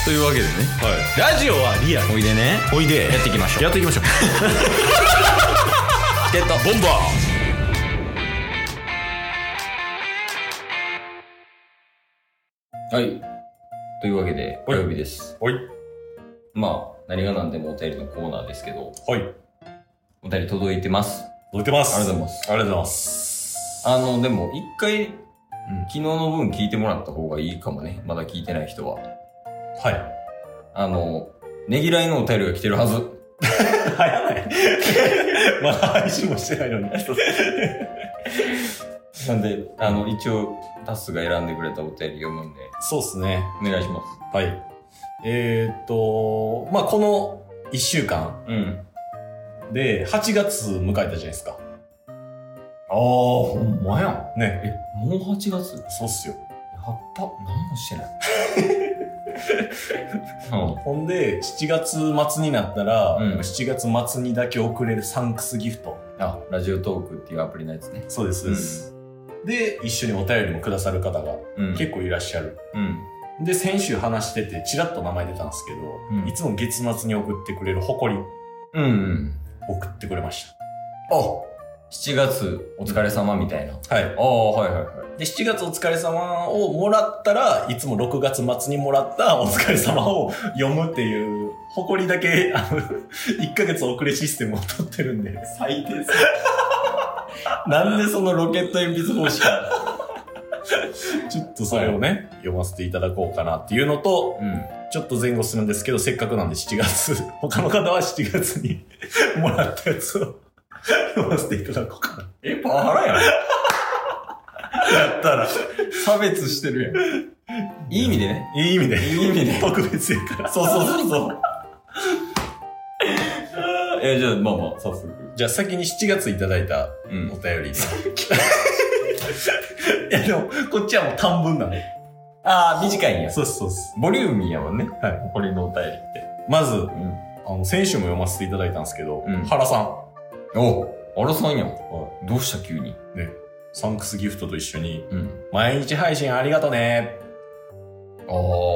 というわけでね、 ラジオはリアル。 おいでね、 おいでやっていきましょう。 やっていきましょう。 チケットボンバー。はい。というわけで、火曜日です。 はい。 まあ、何が何でもお便りのコーナーですけど、 はい。 お便り届いてます。 届いてます。 ありがとうございます。 ありがとうございます。 でも、一回、昨日の分聞いてもらった方がいいかもね。まだ聞いてない人は。 はい。 ねぎらいのお便りが来てるはず。 早ない。まだ配信もしてないのに。 なんで、一応、タスが選んでくれたお便り読むんで。 そうっすね。 お願いします。 はい。まあ、この1週間。で、8月迎えたじゃないですか。 ああ、ほんまやん。 ね。 もう8月？ そうっすよ。 やっぱ、何もしてない。 ほんで、7月末になったら、7月末にだけ送れるサンクスギフト。 あ、ラジオトークっていうアプリのやつね。 そうです、そうです。で、一緒にお便りもくださる方が結構いらっしゃる。で、先週話してて、ちらっと名前出たんですけど、いつも月末に送ってくれる誇り。送ってくれました。 あ、7月お疲れ様みたいな。 はい。 ああ、はいはいはい。 で、7月お疲れ様をもらったら、いつも6月末にもらったお疲れ様を読むっていう、誇りだけ、1ヶ月遅れシステムを取ってるんで。 最低です。なんでそのロケット鉛筆方式か。 ちょっとそれをね、読ませていただこうかなっていうのと、ちょっと前後するんですけど、せっかくなんで7月、他の方は7月にもらったやつを読ませていただこうかな。 パワハラやん。 やったら。 差別してるやん。いい意味でね。 いい意味で。 いい意味で。 特別やから。 そう。じゃあ、まあまあ、早速。 じゃあ先に7月いただいたお便りで。いやでも、こっちはもう短文なんで。 ああ、短いんや。 そうです。 ボリューミーやもんね。 はい。 誇りのお便りって。 まず、先週も読ませていただいたんですけど、原さん。 原さんやん。どうした急に。 ね。サンクスギフトと一緒に、毎日配信ありがとね。 ああ。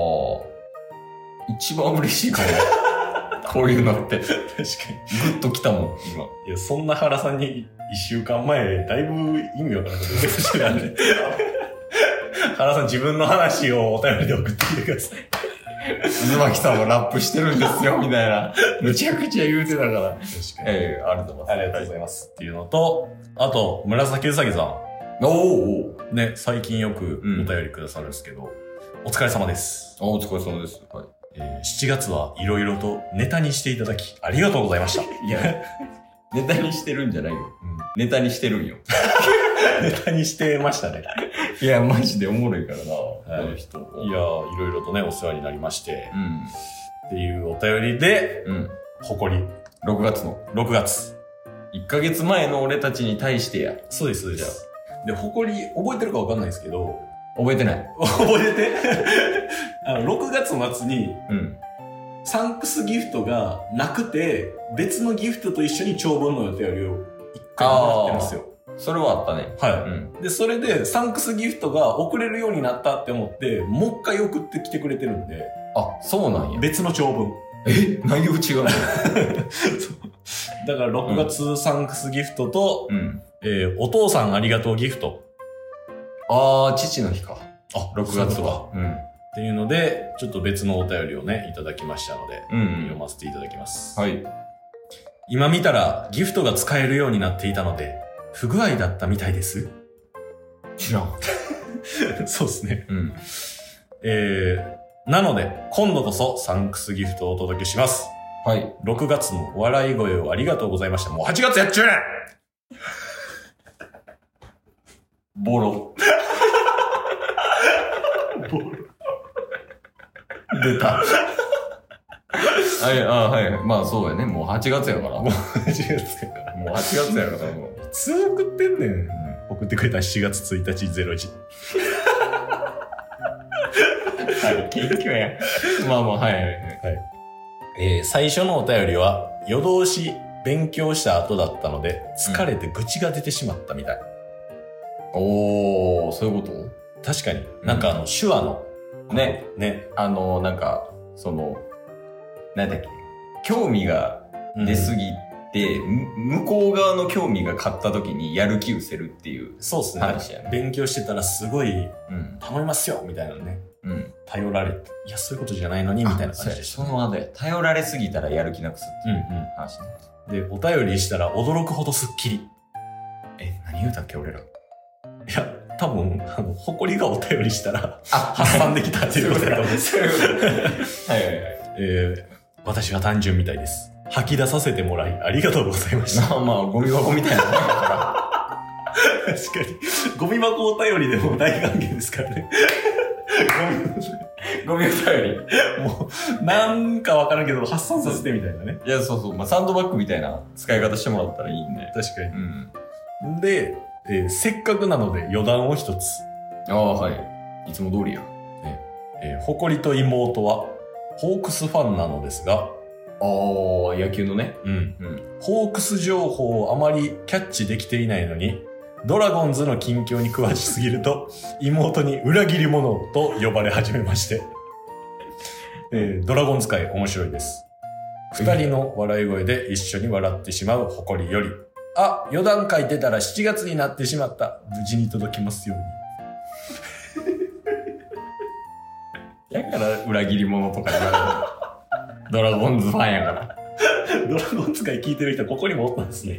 一番嬉しいかも。こういうのって。 確かに。 グッときたもん、今。 いや、そんな原さんに1週間前、だいぶ意味わからなかった受けしてたんで。原さん自分の話をお便りで送ってきてください。 渦巻さんもラップしてるんですよ、みたいな。むちゃくちゃ言うてたから。確かに。ありがとうございます。 ありがとうございます。っていうのと、あと、紫うさぎさん。ね、最近よくお便りくださるんですけど、お疲れ様です。 お疲れ様です。はい。 7月はいろいろとネタにしていただき、ありがとうございました。いや、 ネタにしてるんじゃないよ。ネタにしてるんよ。 ネタにしてましたね。 いや、マジでおもろいからな、この人。 いや、いろいろとね、お世話になりまして、っていうお便りで、誇り。 6月の。 6月。 1ヶ月前の俺たちに対してや。 そうです。で、誇り、覚えてるかわかんないですけど、 覚えてない。 覚えてて6月末に、サンクスギフトがなくて、別のギフトと一緒に長文のお便りを1回もらってるんですよ。 それはあったね。 はい。で、それで、サンクスギフトが送れるようになったって思って、もう一回送ってきてくれてるんで。 あ、そうなんや。 別の長文。 内容違うのだから6月サンクスギフトと、お父さんありがとうギフト。 父の日か。6月は。 っていうので、ちょっと別のお便りをね、いただきましたので、読ませていただきます。 はい。 今見たら、ギフトが使えるようになっていたので、不具合だったみたいです。 知らん。 そうですね。なので、今度こそサンクスギフトをお届けします。 はい。 6月の笑い声をありがとうございました。もう8月やっちゅうねんボロ。出た。はい。まあそうやね。もう8月やから。 もう8月やから。 もう8月やから。もう。 いつ送ってんねん。送ってくれた7月1日0時。 はい、謙虚や。まあまあ、はい。 最初のお便りは、夜通し勉強した後だったので、疲れて愚痴が出てしまったみたい。 そういうこと？ 確かに。なんか手話の。 ね。 ね。 なんか、 その、なんだっけ、興味が出すぎて、向こう側の興味が勝った時にやる気失せるっていうそうっすね。 話やね。 勉強してたらすごい、頼みますよみたいなね。頼られて、いや、そういうことじゃないのにみたいな感じでした。 そのワードや。頼られすぎたらやる気なくすっていう話ね。 で、お便りしたら驚くほどスッキリ。 何言うたっけ俺ら。 いや、多分、誇りがお便りしたら、発散できたっていうことだと思うんです。はいはいはい。私は単純みたいです。吐き出させてもらい、ありがとうございました。 まあ、ゴミ箱みたいなもんやから。 確かに。ゴミ箱お便りでも大歓迎ですからね。 ゴミお便り。 もう、なんかわからんけど、発散させてみたいなね。 いや、そうそう。まあ、サンドバッグみたいな使い方してもらったらいいんで。 確かに。で、せっかくなので余談を一つ。 はい。いつも通りや。 誇りと妹は、ホークスファンなのですが、 野球のね。 ホークス情報をあまりキャッチできていないのに、ドラゴンズの近況に詳しすぎると、妹に裏切り者と呼ばれ始めまして、ドラゴンズ界面白いです。二人の笑い声で一緒に笑ってしまう誇りより、余談会出たら7月になってしまった。無事に届きますように。だから裏切り者とか言われる。ドラゴンズファンやから。 ドラゴンズ界聞いてる人ここにもおったんですね。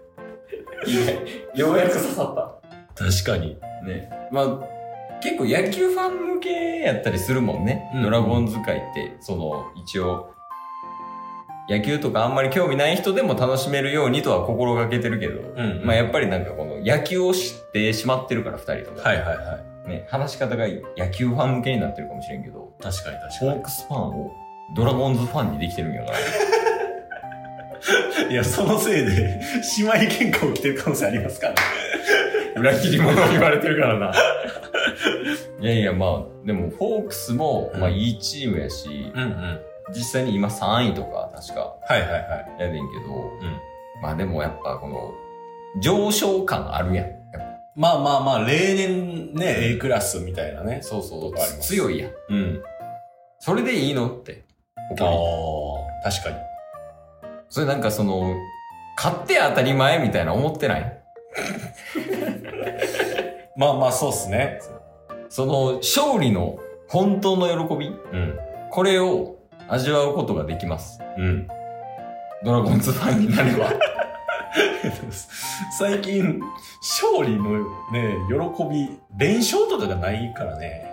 ようやく刺さった。 確かに。 ね。まあ、結構野球ファン向けやったりするもんね。ドラゴンズ界って、一応、野球とかあんまり興味ない人でも楽しめるようにとは心がけてるけど、まあやっぱりなんかこの野球を知ってしまってるから二人とか。 はいはいはい。 ね、話し方が野球ファン向けになってるかもしれんけど、 確かに。 ホークスファンをドラゴンズファンにできてるんやから。 いや、そのせいで、姉妹喧嘩起きてる可能性ありますからね。 裏切り者言われてるからな。いやいや、まあ、でも、フォークスも、まあ、いいチームやし、実際に今3位とか、確か。 はいはいはい。 やねんけど、まあでもやっぱこの、上昇感あるやん。 まあ、例年ね、A クラスみたいなね。 そうそう、強いやん。それでいいのって。 確かに。 それなんか勝って当たり前みたいな思ってない？ まあそうっすね。 勝利の本当の喜び、これを味わうことができます。ドラゴンズファンになれば。 最近、勝利のね、喜び、連勝とかがないからね。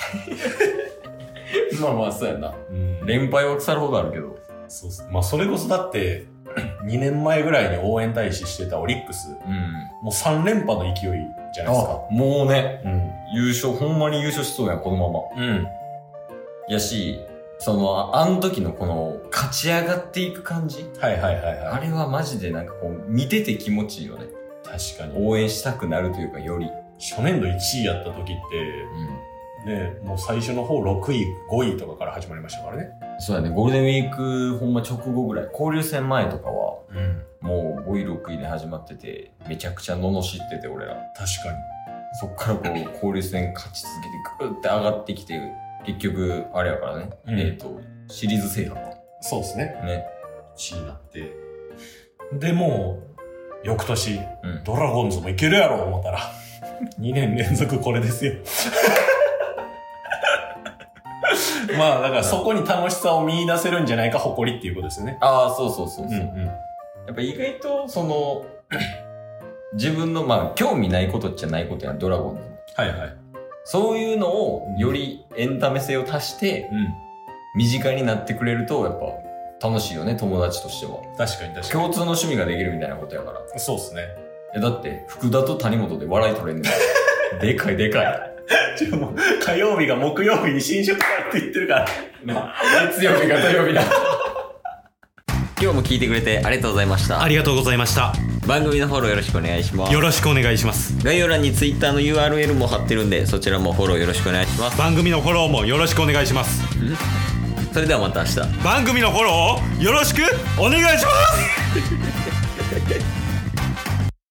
まあ、そうやな。連敗は腐るほどあるけど。 そうっす。まあ、それこそだって、2年前ぐらいに応援大使してたオリックス、もう3連覇の勢いじゃないですか。 もうね、優勝、ほんまに優勝しそうやん、このまま。やし、あの時のこの、勝ち上がっていく感じ。あれはマジでなんかこう、見てて気持ちいいよね。 確かに。 応援したくなるというか、より。 初年度1位やった時って、ね、もう最初の方6位、5位とかから始まりましたからね。 そうやね、ゴールデンウィークほんま直後ぐらい、交流戦前とかは、もう5位、6位で始まってて、めちゃくちゃ罵ってて、俺ら。 確かに。 そっからこう、交流戦勝ち続けて、ぐーって上がってきて、結局、あれやからね。シリーズ制覇か。 そうですね。 ね。 1位になって。で、もう、翌年、ドラゴンズもいけるやろ、思ったら。2年連続これですよ。まあ、だからそこに楽しさを見出せるんじゃないか、誇りっていうことですよね。 そう。やっぱ意外と、自分の、まあ、興味ないことっちゃないことやん、ドラゴンズ。そういうのを、よりエンタメ性を足して、身近になってくれると、やっぱ、楽しいよね、友達としては。 確かに。 共通の趣味ができるみたいなことやから。 そうっすね。 だって、福田と谷本で笑い取れんねん。でかい。 もう、火曜日が木曜日に新色からって言ってるから。 月曜日が土曜日だ。今日も聞いてくれてありがとうございました。 ありがとうございました。 番組のフォローよろしくお願いします。 よろしくお願いします。 概要欄に Twitter の URL も貼ってるんで、そちらもフォローよろしくお願いします。 番組のフォローもよろしくお願いします。 それではまた明日。 番組のフォローをよろしくお願いします。